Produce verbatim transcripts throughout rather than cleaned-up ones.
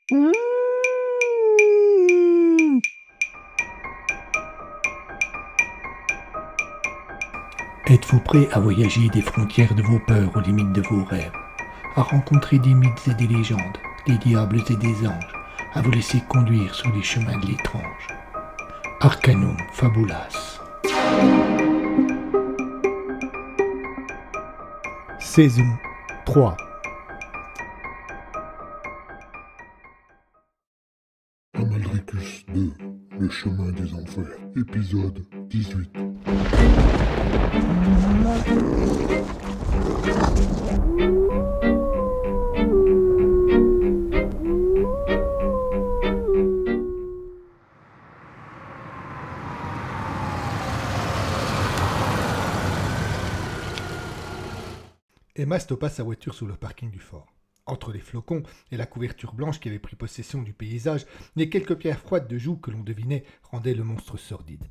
Êtes-vous prêt à voyager des frontières de vos peurs aux limites de vos rêves, à rencontrer des mythes et des légendes, des diables et des anges, à vous laisser conduire sur les chemins de l'étrange? Arcanum Fabulas. Saison trois. Amaldricus deux, le chemin des enfers, épisode dix-huit. Emma stoppa sa voiture sur le parking du fort. Entre les flocons et la couverture blanche qui avait pris possession du paysage, les quelques pierres froides de joue que l'on devinait rendaient le monstre sordide.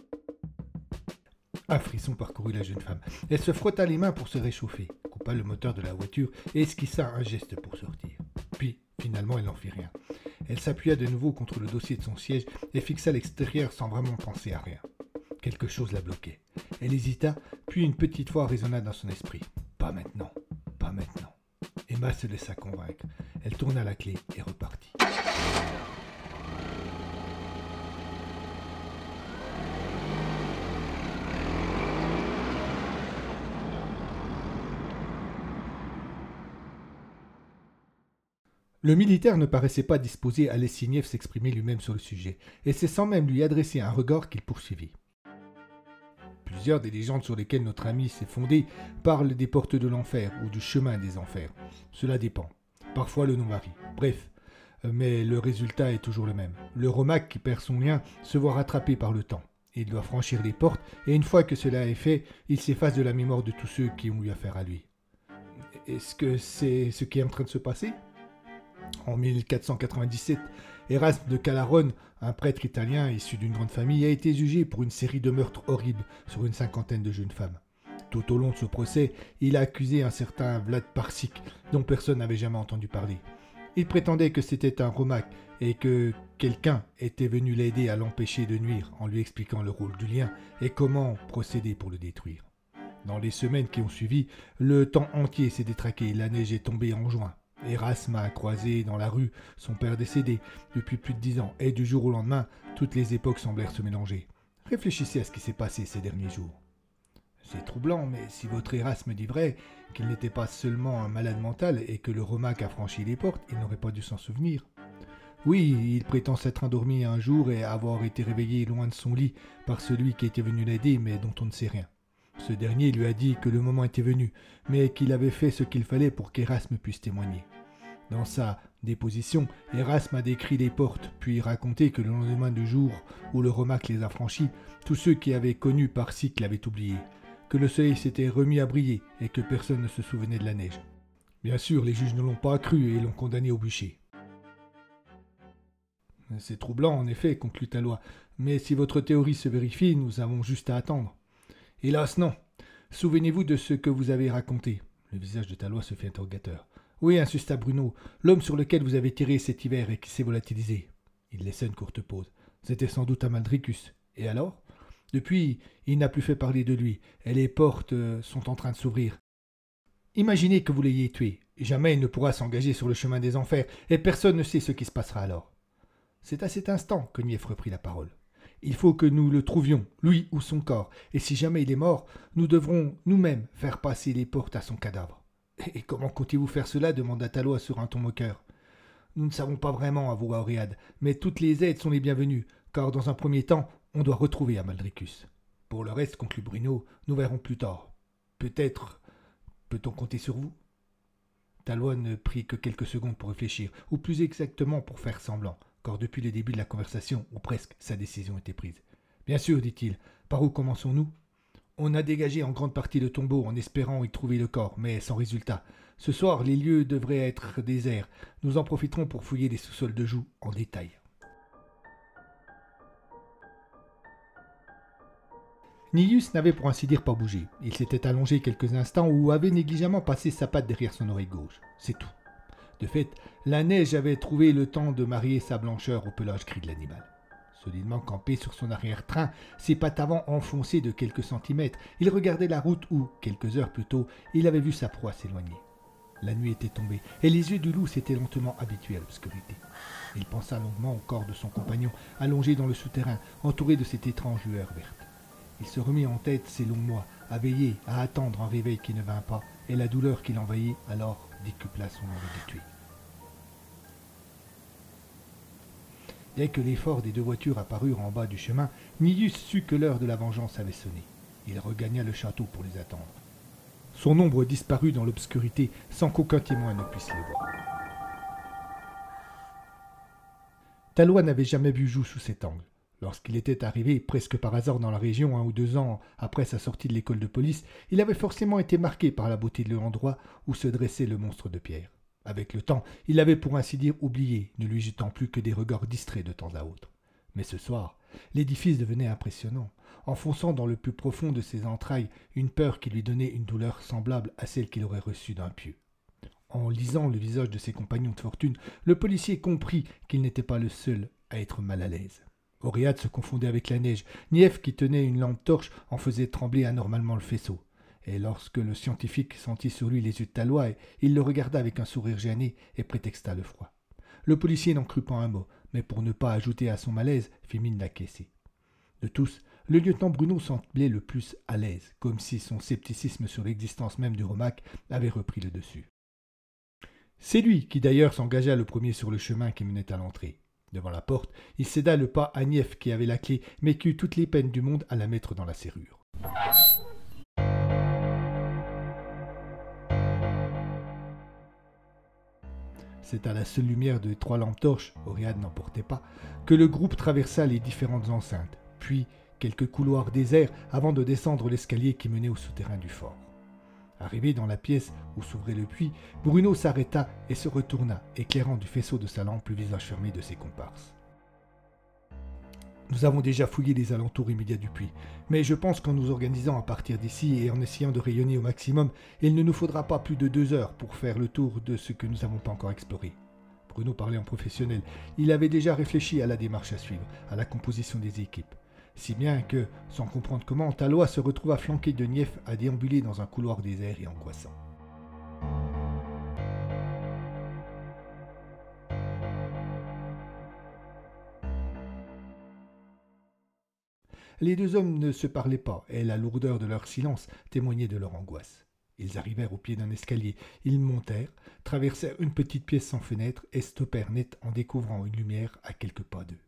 Un frisson parcourut la jeune femme. Elle se frotta les mains pour se réchauffer, coupa le moteur de la voiture et esquissa un geste pour sortir. Puis, finalement, elle n'en fit rien. Elle s'appuya de nouveau contre le dossier de son siège et fixa l'extérieur sans vraiment penser à rien. Quelque chose la bloquait. Elle hésita, puis une petite voix résonna dans son esprit. Pas maintenant, pas maintenant. Emma se laissa convaincre. Elle tourna la clé et repartit. Le militaire ne paraissait pas disposé à laisser Nièvre s'exprimer lui-même sur le sujet, et c'est sans même lui adresser un regard qu'il poursuivit. Plusieurs des légendes sur lesquelles notre ami s'est fondé parlent des portes de l'enfer ou du chemin des enfers. Cela dépend. Parfois le nom varie. Bref, mais le résultat est toujours le même. Le Romac qui perd son lien se voit rattrapé par le temps. Il doit franchir les portes, et une fois que cela est fait, il s'efface de la mémoire de tous ceux qui ont eu affaire à lui. Est-ce que c'est ce qui est en train de se passer ? En mille quatre cent quatre-vingt-dix-sept, Erasme de Calaronne, un prêtre italien issu d'une grande famille, a été jugé pour une série de meurtres horribles sur une cinquantaine de jeunes femmes. Tout au long de ce procès, il a accusé un certain Vlad Parsic, dont personne n'avait jamais entendu parler. Il prétendait que c'était un Romac et que quelqu'un était venu l'aider à l'empêcher de nuire en lui expliquant le rôle du lien et comment procéder pour le détruire. Dans les semaines qui ont suivi, le temps entier s'est détraqué, la neige est tombée en juin. Erasme a croisé dans la rue son père décédé depuis plus de dix ans, et du jour au lendemain, toutes les époques semblèrent se mélanger. Réfléchissez à ce qui s'est passé ces derniers jours. C'est troublant, mais si votre Erasme dit vrai, qu'il n'était pas seulement un malade mental et que le Romac a franchi les portes, il n'aurait pas dû s'en souvenir. Oui, il prétend s'être endormi un jour et avoir été réveillé loin de son lit par celui qui était venu l'aider, mais dont on ne sait rien. Ce dernier lui a dit que le moment était venu, mais qu'il avait fait ce qu'il fallait pour qu'Erasme puisse témoigner. Dans sa déposition, Erasme a décrit les portes, puis raconté que le lendemain du jour où le Romac les a franchis, tous ceux qui avaient connu Parsic l'avaient oublié, que le soleil s'était remis à briller et que personne ne se souvenait de la neige. Bien sûr, les juges ne l'ont pas cru et l'ont condamné au bûcher. C'est troublant, en effet, conclut Talois, mais si votre théorie se vérifie, nous avons juste à attendre. Hélas, non. Souvenez-vous de ce que vous avez raconté. Le visage de Talois se fit interrogateur. Oui, insista Bruno, l'homme sur lequel vous avez tiré cet hiver et qui s'est volatilisé. Il laissa une courte pause. C'était sans doute Amaldricus. Et alors ? Depuis, il n'a plus fait parler de lui, et les portes sont en train de s'ouvrir. Imaginez que vous l'ayez tué. Jamais il ne pourra s'engager sur le chemin des enfers, et personne ne sait ce qui se passera alors. C'est à cet instant que Nièvre reprit la parole. Il faut que nous le trouvions, lui ou son corps, et si jamais il est mort, nous devrons nous-mêmes faire passer les portes à son cadavre. « Et comment comptez-vous faire cela » demanda Talois sur un ton moqueur. « Nous ne savons pas vraiment, avoua Auréade, mais toutes les aides sont les bienvenues, car dans un premier temps, on doit retrouver Amaldricus. Pour le reste, conclut Bruno, nous verrons plus tard. Peut-être peut-on compter sur vous ?» Talois ne prit que quelques secondes pour réfléchir, ou plus exactement pour faire semblant, car depuis le début de la conversation, ou presque, sa décision était prise. « Bien sûr, dit-il, par où commençons-nous ? On a dégagé en grande partie le tombeau en espérant y trouver le corps, mais sans résultat. Ce soir, les lieux devraient être déserts. Nous en profiterons pour fouiller les sous-sols de Joux en détail. » Nius n'avait pour ainsi dire pas bougé. Il s'était allongé quelques instants ou avait négligemment passé sa patte derrière son oreille gauche. C'est tout. De fait, la neige avait trouvé le temps de marier sa blancheur au pelage gris de l'animal. Solidement campé sur son arrière-train, ses pattes avant enfoncées de quelques centimètres, il regardait la route où, quelques heures plus tôt, il avait vu sa proie s'éloigner. La nuit était tombée, et les yeux du loup s'étaient lentement habitués à l'obscurité. Il pensa longuement au corps de son compagnon, allongé dans le souterrain, entouré de cette étrange lueur verte. Il se remit en tête ces longs mois, à veiller, à attendre un réveil qui ne vint pas, et la douleur qui l'envahit alors décupla son envie de tuer. Dès que l'effort des deux voitures apparurent en bas du chemin, Nius sut que l'heure de la vengeance avait sonné. Il regagna le château pour les attendre. Son ombre disparut dans l'obscurité sans qu'aucun témoin ne puisse le voir. Tallois n'avait jamais vu Jou sous cet angle. Lorsqu'il était arrivé presque par hasard dans la région un ou deux ans après sa sortie de l'école de police, il avait forcément été marqué par la beauté de l'endroit où se dressait le monstre de pierre. Avec le temps, il l'avait pour ainsi dire oublié, ne lui jetant plus que des regards distraits de temps à autre. Mais ce soir, l'édifice devenait impressionnant, enfonçant dans le plus profond de ses entrailles une peur qui lui donnait une douleur semblable à celle qu'il aurait reçue d'un pieu. En lisant le visage de ses compagnons de fortune, le policier comprit qu'il n'était pas le seul à être mal à l'aise. Oréade se confondait avec la neige, Nief qui tenait une lampe torche en faisait trembler anormalement le faisceau. Et lorsque le scientifique sentit sur lui les yeux de Tallois, il le regarda avec un sourire gêné et prétexta le froid. Le policier n'en crut pas un mot, mais pour ne pas ajouter à son malaise, fit mine d'acquiescer. De tous, le lieutenant Bruno semblait le plus à l'aise, comme si son scepticisme sur l'existence même du Romac avait repris le dessus. C'est lui qui d'ailleurs s'engagea le premier sur le chemin qui menait à l'entrée. Devant la porte, il céda le pas à Nief qui avait la clé, mais qui eut toutes les peines du monde à la mettre dans la serrure. C'est à la seule lumière de trois lampes torches, Oréade n'en portait pas, que le groupe traversa les différentes enceintes, puis quelques couloirs déserts avant de descendre l'escalier qui menait au souterrain du fort. Arrivé dans la pièce où s'ouvrait le puits, Bruno s'arrêta et se retourna, éclairant du faisceau de sa lampe le visage fermé de ses comparses. Nous avons déjà fouillé les alentours immédiats du puits, mais je pense qu'en nous organisant à partir d'ici et en essayant de rayonner au maximum, il ne nous faudra pas plus de deux heures pour faire le tour de ce que nous n'avons pas encore exploré. Bruno parlait en professionnel. Il avait déjà réfléchi à la démarche à suivre, à la composition des équipes. Si bien que, sans comprendre comment, Tallois se retrouva flanqué de Nief à déambuler dans un couloir désert et angoissant. Les deux hommes ne se parlaient pas, et la lourdeur de leur silence témoignait de leur angoisse. Ils arrivèrent au pied d'un escalier, ils montèrent, traversèrent une petite pièce sans fenêtre et stoppèrent net en découvrant une lumière à quelques pas d'eux.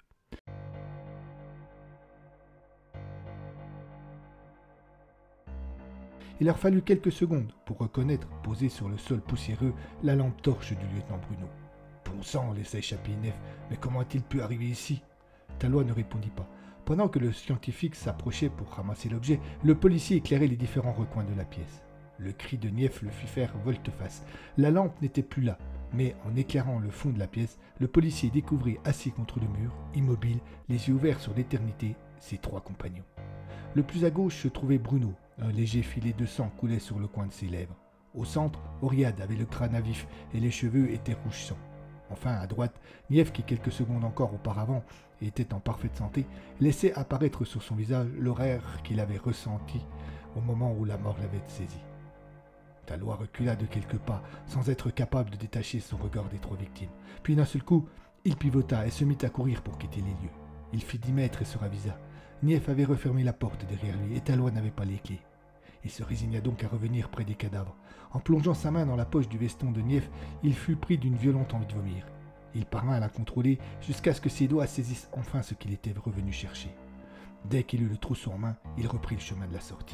Il leur fallut quelques secondes pour reconnaître, posée sur le sol poussiéreux, la lampe torche du lieutenant Bruno. « Bon sang !» laissa échapper Nief. « Mais comment a-t-il pu arriver ici ?» Tallois ne répondit pas. Pendant que le scientifique s'approchait pour ramasser l'objet, le policier éclairait les différents recoins de la pièce. Le cri de Nief le fit faire volte-face. La lampe n'était plus là, mais en éclairant le fond de la pièce, le policier découvrit assis contre le mur, immobile, les yeux ouverts sur l'éternité, ses trois compagnons. Le plus à gauche se trouvait Bruno. Un léger filet de sang coulait sur le coin de ses lèvres. Au centre, Oréade avait le crâne à vif et les cheveux étaient rouge sang. Enfin, à droite, Nief, qui quelques secondes encore auparavant était en parfaite santé, laissait apparaître sur son visage l'horreur qu'il avait ressenti au moment où la mort l'avait saisi. Tallois recula de quelques pas, sans être capable de détacher son regard des trois victimes. Puis d'un seul coup, il pivota et se mit à courir pour quitter les lieux. Il fit dix mètres et se ravisa. Nief avait refermé la porte derrière lui et Tallois n'avait pas les clés. Il se résigna donc à revenir près des cadavres. En plongeant sa main dans la poche du veston de Nief, il fut pris d'une violente envie de vomir. Il parvint à la contrôler jusqu'à ce que ses doigts saisissent enfin ce qu'il était revenu chercher. Dès qu'il eut le trousseau en main, il reprit le chemin de la sortie.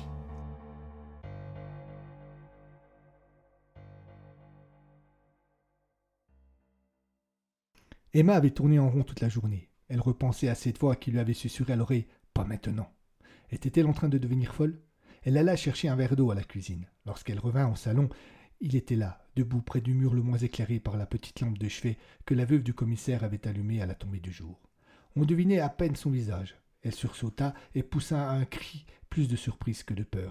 Emma avait tourné en rond toute la journée. Elle repensait à cette voix qui lui avait susurré à l'oreille « Pas maintenant ». Était-elle en train de devenir folle ? Elle alla chercher un verre d'eau à la cuisine. Lorsqu'elle revint au salon, il était là, debout près du mur le moins éclairé par la petite lampe de chevet que la veuve du commissaire avait allumée à la tombée du jour. On devinait à peine son visage. Elle sursauta et poussa un cri, plus de surprise que de peur.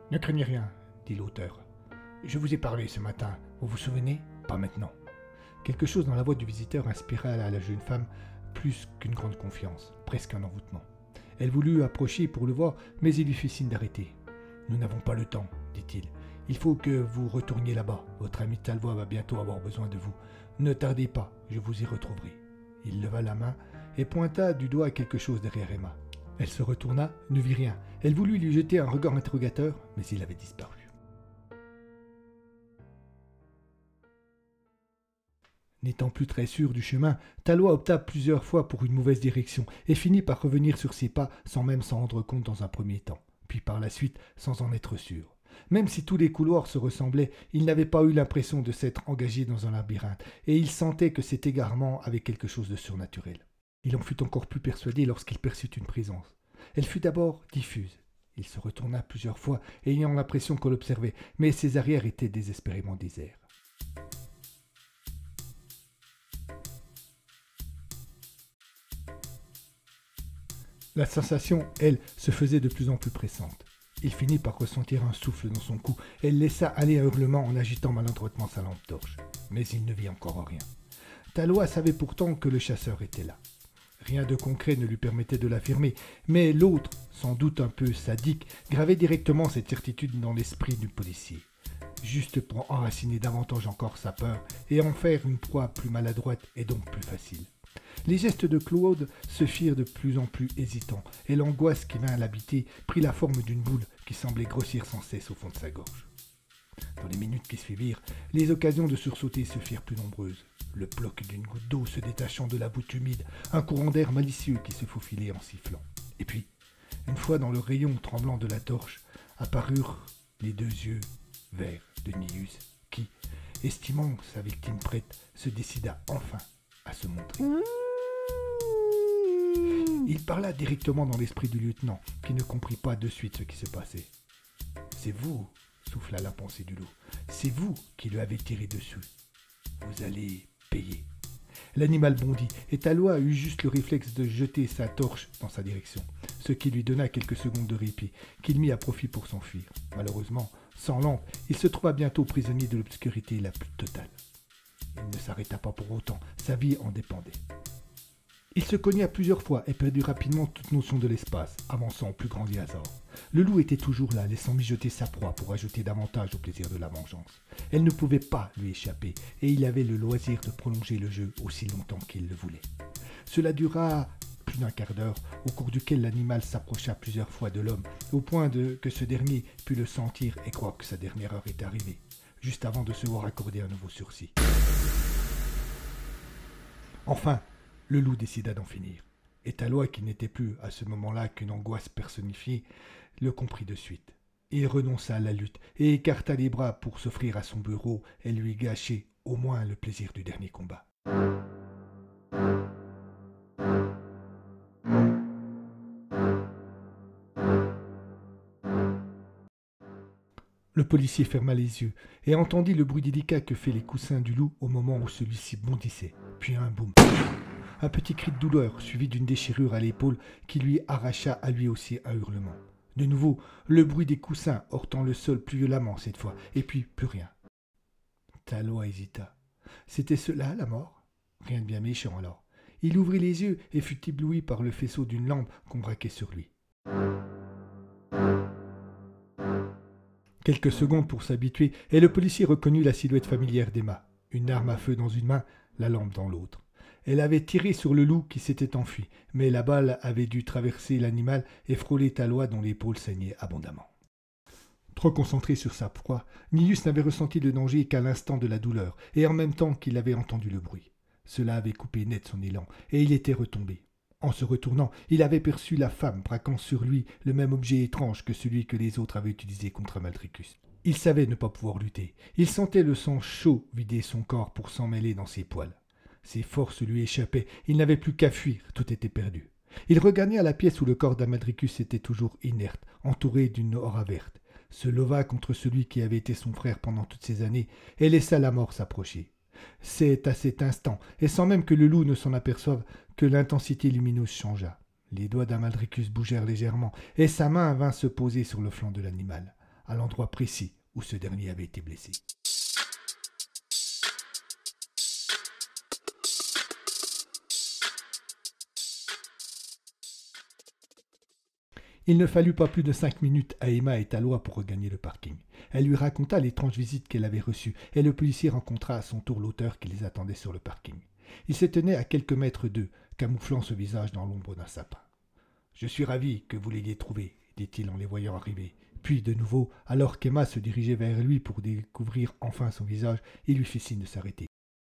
Ne craignez rien, dit l'auteur. Je vous ai parlé ce matin, vous vous souvenez? Pas maintenant. Quelque chose dans la voix du visiteur inspira à la jeune femme plus qu'une grande confiance, presque un envoûtement. Elle voulut approcher pour le voir, mais il lui fit signe d'arrêter. « Nous n'avons pas le temps, dit-il. Il faut que vous retourniez là-bas. Votre ami Talbot va bientôt avoir besoin de vous. Ne tardez pas, je vous y retrouverai. » Il leva la main et pointa du doigt à quelque chose derrière Emma. Elle se retourna, ne vit rien. Elle voulut lui jeter un regard interrogateur, mais il avait disparu. N'étant plus très sûr du chemin, Talbot opta plusieurs fois pour une mauvaise direction et finit par revenir sur ses pas sans même s'en rendre compte dans un premier temps, puis par la suite sans en être sûr. Même si tous les couloirs se ressemblaient, il n'avait pas eu l'impression de s'être engagé dans un labyrinthe, et il sentait que cet égarement avait quelque chose de surnaturel. Il en fut encore plus persuadé lorsqu'il perçut une présence. Elle fut d'abord diffuse. Il se retourna plusieurs fois, ayant l'impression qu'on l'observait, mais ses arrières étaient désespérément déserts. La sensation, elle, se faisait de plus en plus pressante. Il finit par ressentir un souffle dans son cou. Elle laissa aller un hurlement en agitant maladroitement sa lampe torche. Mais il ne vit encore rien. Talbot savait pourtant que le chasseur était là. Rien de concret ne lui permettait de l'affirmer, mais l'autre, sans doute un peu sadique, gravait directement cette certitude dans l'esprit du policier, juste pour enraciner davantage encore sa peur et en faire une proie plus maladroite et donc plus facile. Les gestes de Claude se firent de plus en plus hésitants, et l'angoisse qui vint l'habiter prit la forme d'une boule qui semblait grossir sans cesse au fond de sa gorge. Dans les minutes qui suivirent, les occasions de sursauter se firent plus nombreuses. Le bloc d'une goutte d'eau se détachant de la voûte humide, un courant d'air malicieux qui se faufilait en sifflant. Et puis, une fois dans le rayon tremblant de la torche, apparurent les deux yeux verts de Nius, qui, estimant sa victime prête, se décida enfin à se montrer. Il parla directement dans l'esprit du lieutenant, qui ne comprit pas de suite ce qui se passait. « C'est vous, » souffla la pensée du loup, « c'est vous qui le avez tiré dessus. Vous allez payer. » L'animal bondit, et Talbot eut juste le réflexe de jeter sa torche dans sa direction, ce qui lui donna quelques secondes de répit, qu'il mit à profit pour s'enfuir. Malheureusement, sans lampe, il se trouva bientôt prisonnier de l'obscurité la plus totale. Il ne s'arrêta pas pour autant, sa vie en dépendait. Il se cogna plusieurs fois et perdit rapidement toute notion de l'espace, avançant au plus grand des hasards. Le loup était toujours là, laissant mijoter sa proie pour ajouter davantage au plaisir de la vengeance. Elle ne pouvait pas lui échapper, et il avait le loisir de prolonger le jeu aussi longtemps qu'il le voulait. Cela dura plus d'un quart d'heure, au cours duquel l'animal s'approcha plusieurs fois de l'homme, au point de, que ce dernier put le sentir et croire que sa dernière heure était arrivée, juste avant de se voir accorder un nouveau sursis. Enfin, le loup décida d'en finir, et Talbot, qui n'était plus à ce moment-là qu'une angoisse personnifiée, le comprit de suite. Il renonça à la lutte et écarta les bras pour s'offrir à son bourreau et lui gâcher au moins le plaisir du dernier combat. Le policier ferma les yeux et entendit le bruit délicat que fait les coussins du loup au moment où celui-ci bondissait, puis un boum. Un petit cri de douleur suivi d'une déchirure à l'épaule qui lui arracha à lui aussi un hurlement. De nouveau, le bruit des coussins heurtant le sol plus violemment cette fois, et puis plus rien. Talbot hésita. C'était cela la mort? Rien de bien méchant alors. Il ouvrit les yeux et fut ébloui par le faisceau d'une lampe qu'on braquait sur lui. Quelques secondes pour s'habituer, et le policier reconnut la silhouette familière d'Emma, une arme à feu dans une main, la lampe dans l'autre. Elle avait tiré sur le loup qui s'était enfui, mais la balle avait dû traverser l'animal et frôler Talbot dont l'épaule saignait abondamment. Trop concentré sur sa proie, Nius n'avait ressenti le danger qu'à l'instant de la douleur, et en même temps qu'il avait entendu le bruit. Cela avait coupé net son élan, et il était retombé. En se retournant, il avait perçu la femme braquant sur lui le même objet étrange que celui que les autres avaient utilisé contre Maldricus. Il savait ne pas pouvoir lutter. Il sentait le sang chaud vider son corps pour s'emmêler dans ses poils. Ses forces lui échappaient, il n'avait plus qu'à fuir, tout était perdu. Il regagna la pièce où le corps d'Amadricus était toujours inerte, entouré d'une aura verte, se leva contre celui qui avait été son frère pendant toutes ces années, et laissa la mort s'approcher. C'est à cet instant, et sans même que le loup ne s'en aperçoive, que l'intensité lumineuse changea. Les doigts d'Amadricus bougèrent légèrement, et sa main vint se poser sur le flanc de l'animal. à l'endroit précis où ce dernier avait été blessé. Il ne fallut pas plus de cinq minutes à Emma et Tallois pour regagner le parking. Elle lui raconta l'étrange visite qu'elle avait reçue, et le policier rencontra à son tour l'auteur qui les attendait sur le parking. Il se tenait à quelques mètres d'eux, camouflant ce visage dans l'ombre d'un sapin. « Je suis ravi que vous l'ayez trouvé, » dit-il en les voyant arriver. Puis, de nouveau, alors qu'Emma se dirigeait vers lui pour découvrir enfin son visage, il lui fit signe de s'arrêter.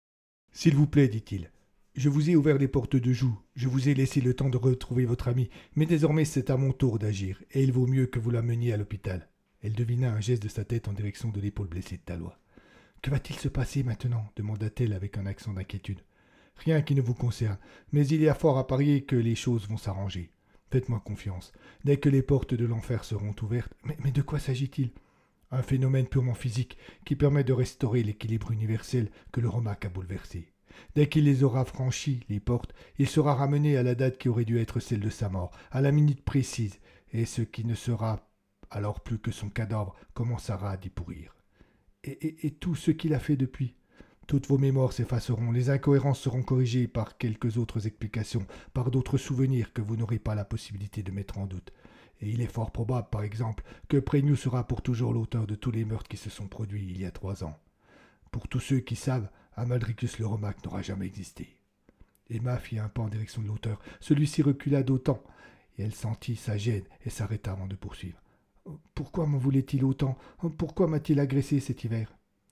« S'il vous plaît, dit-il. Je vous ai ouvert les portes de joue, je vous ai laissé le temps de retrouver votre ami, mais désormais c'est à mon tour d'agir, et il vaut mieux que vous l'ameniez à l'hôpital. » Elle devina un geste de sa tête en direction de l'épaule blessée de Tallois. « Que va-t-il se passer maintenant » demanda-t-elle avec un accent d'inquiétude. « Rien qui ne vous concerne, mais il y a fort à parier que les choses vont s'arranger. Faites-moi confiance, dès que les portes de l'enfer seront ouvertes... » Mais, mais de quoi s'agit-il ? Un phénomène purement physique qui permet de restaurer l'équilibre universel que le Romac a bouleversé. Dès qu'il les aura franchis, les portes, il sera ramené à la date qui aurait dû être celle de sa mort, à la minute précise, et ce qui ne sera alors plus que son cadavre commencera à dépourir. Et, et, et tout ce qu'il a fait depuis. Toutes vos mémoires s'effaceront, les incohérences seront corrigées par quelques autres explications, par d'autres souvenirs que vous n'aurez pas la possibilité de mettre en doute. Et il est fort probable, par exemple, que Prégnou sera pour toujours l'auteur de tous les meurtres qui se sont produits il y a trois ans. Pour tous ceux qui savent, Amalricus le Romac n'aura jamais existé. Emma fit un pas en direction de l'auteur. Celui-ci recula d'autant, et elle sentit sa gêne et s'arrêta avant de poursuivre. « Pourquoi m'en voulait-il autant ? Pourquoi m'a-t-il agressé cet hiver ?»«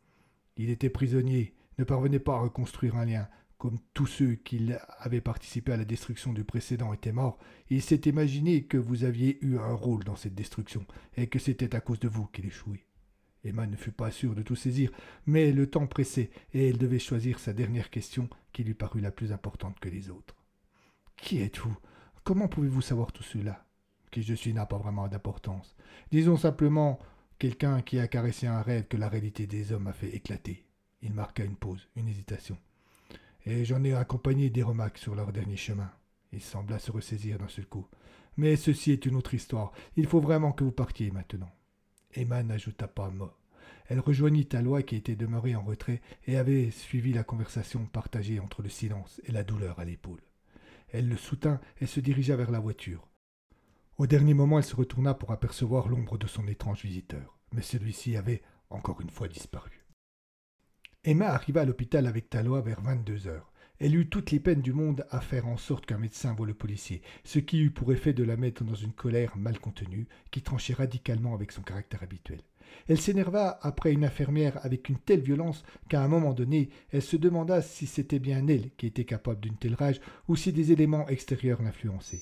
Il était prisonnier, ne parvenait pas à reconstruire un lien. Comme tous ceux qui avaient participé à la destruction du précédent étaient morts, il s'est imaginé que vous aviez eu un rôle dans cette destruction, et que c'était à cause de vous qu'il échouait. » Emma ne fut pas sûre de tout saisir, mais le temps pressait, et elle devait choisir sa dernière question, qui lui parut la plus importante que les autres. « Qui êtes-vous ? Comment pouvez-vous savoir tout cela ? » ?»« Qui je suis n'a pas vraiment d'importance. Disons simplement quelqu'un qui a caressé un rêve que la réalité des hommes a fait éclater. » Il marqua une pause, une hésitation. « Et j'en ai accompagné des Romacs sur leur dernier chemin. » Il sembla se ressaisir d'un seul coup. « Mais ceci est une autre histoire. Il faut vraiment que vous partiez maintenant. » Emma n'ajouta pas un mot. Elle rejoignit Tallois qui était demeuré en retrait et avait suivi la conversation partagée entre le silence et la douleur à l'épaule. Elle le soutint et se dirigea vers la voiture. Au dernier moment, elle se retourna pour apercevoir l'ombre de son étrange visiteur, mais celui-ci avait encore une fois disparu. Emma arriva à l'hôpital avec Tallois vers vingt-deux heures. Elle eut toutes les peines du monde à faire en sorte qu'un médecin voie le policier, ce qui eut pour effet de la mettre dans une colère mal contenue, qui tranchait radicalement avec son caractère habituel. Elle s'énerva après une infirmière avec une telle violence qu'à un moment donné, elle se demanda si c'était bien elle qui était capable d'une telle rage ou si des éléments extérieurs l'influençaient.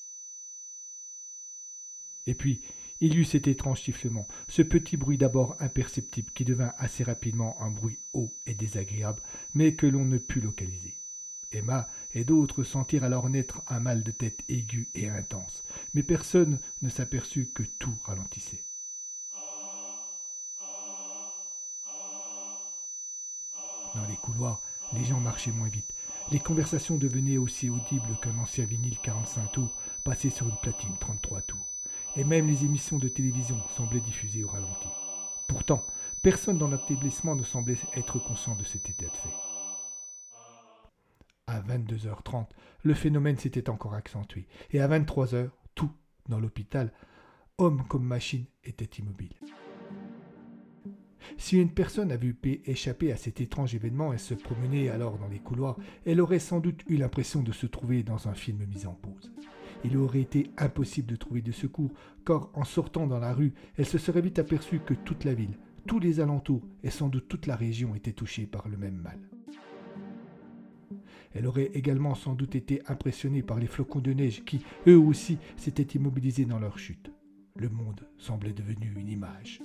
Et puis, il y eut cet étrange sifflement, ce petit bruit d'abord imperceptible qui devint assez rapidement un bruit haut et désagréable, mais que l'on ne put localiser. Emma et d'autres sentirent alors naître un mal de tête aigu et intense, mais personne ne s'aperçut que tout ralentissait. Dans les couloirs, les gens marchaient moins vite. Les conversations devenaient aussi audibles qu'un ancien vinyle quarante-cinq tours passé sur une platine trente-trois tours. Et même les émissions de télévision semblaient diffusées au ralenti. Pourtant, personne dans l'établissement ne semblait être conscient de cet état de fait. À vingt-deux heures trente, le phénomène s'était encore accentué, et à vingt-trois heures, tout, dans l'hôpital, homme comme machine, était immobile. Si une personne avait pu échapper à cet étrange événement et se promener alors dans les couloirs, elle aurait sans doute eu l'impression de se trouver dans un film mis en pause. Il aurait été impossible de trouver de secours, car en sortant dans la rue, elle se serait vite aperçue que toute la ville, tous les alentours et sans doute toute la région étaient touchés par le même mal. Elle aurait également sans doute été impressionnée par les flocons de neige qui, eux aussi, s'étaient immobilisés dans leur chute. Le monde semblait devenu une image.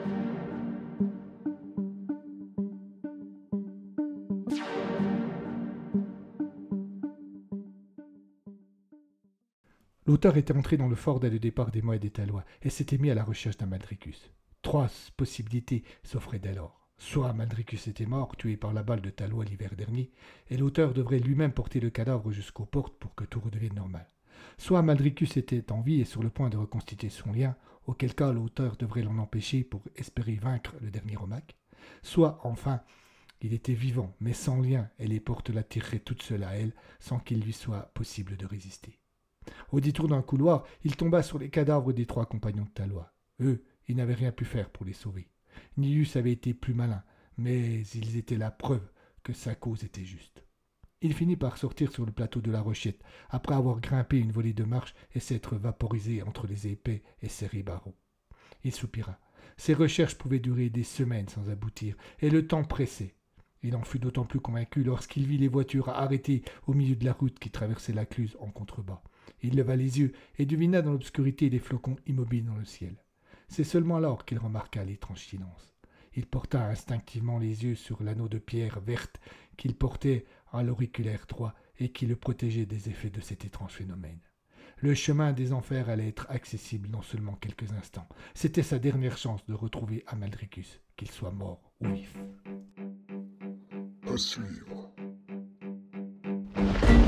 L'auteur était entré dans le fort dès le départ d'Emma et des Tallois et s'était mis à la recherche d'Amalricus. Trois possibilités s'offraient dès lors. Soit Amalricus était mort, tué par la balle de Tallois l'hiver dernier, et l'auteur devrait lui-même porter le cadavre jusqu'aux portes pour que tout redevienne normal. Soit Maldricus était en vie et sur le point de reconstituer son lien, auquel cas l'auteur devrait l'en empêcher pour espérer vaincre le dernier Romac, soit, enfin, il était vivant, mais sans lien, et les portes l'attireraient toutes seules à elle, sans qu'il lui soit possible de résister. Au détour d'un couloir, il tomba sur les cadavres des trois compagnons de Talois. Eux, il n'avait rien pu faire pour les sauver. Nilus avait été plus malin, mais ils étaient la preuve que sa cause était juste. Il finit par sortir sur le plateau de la Rochette, après avoir grimpé une volée de marche et s'être vaporisé entre les épais et serrés barreaux. Il soupira. Ses recherches pouvaient durer des semaines sans aboutir, et le temps pressait. Il en fut d'autant plus convaincu lorsqu'il vit les voitures arrêtées au milieu de la route qui traversait la Cluse en contrebas. Il leva les yeux et devina dans l'obscurité des flocons immobiles dans le ciel. C'est seulement alors qu'il remarqua l'étrange silence. Il porta instinctivement les yeux sur l'anneau de pierre verte qu'il portait à l'auriculaire droit et qui le protégeait des effets de cet étrange phénomène. Le chemin des enfers allait être accessible dans seulement quelques instants. C'était sa dernière chance de retrouver Amaldricus, qu'il soit mort ou vif. À suivre.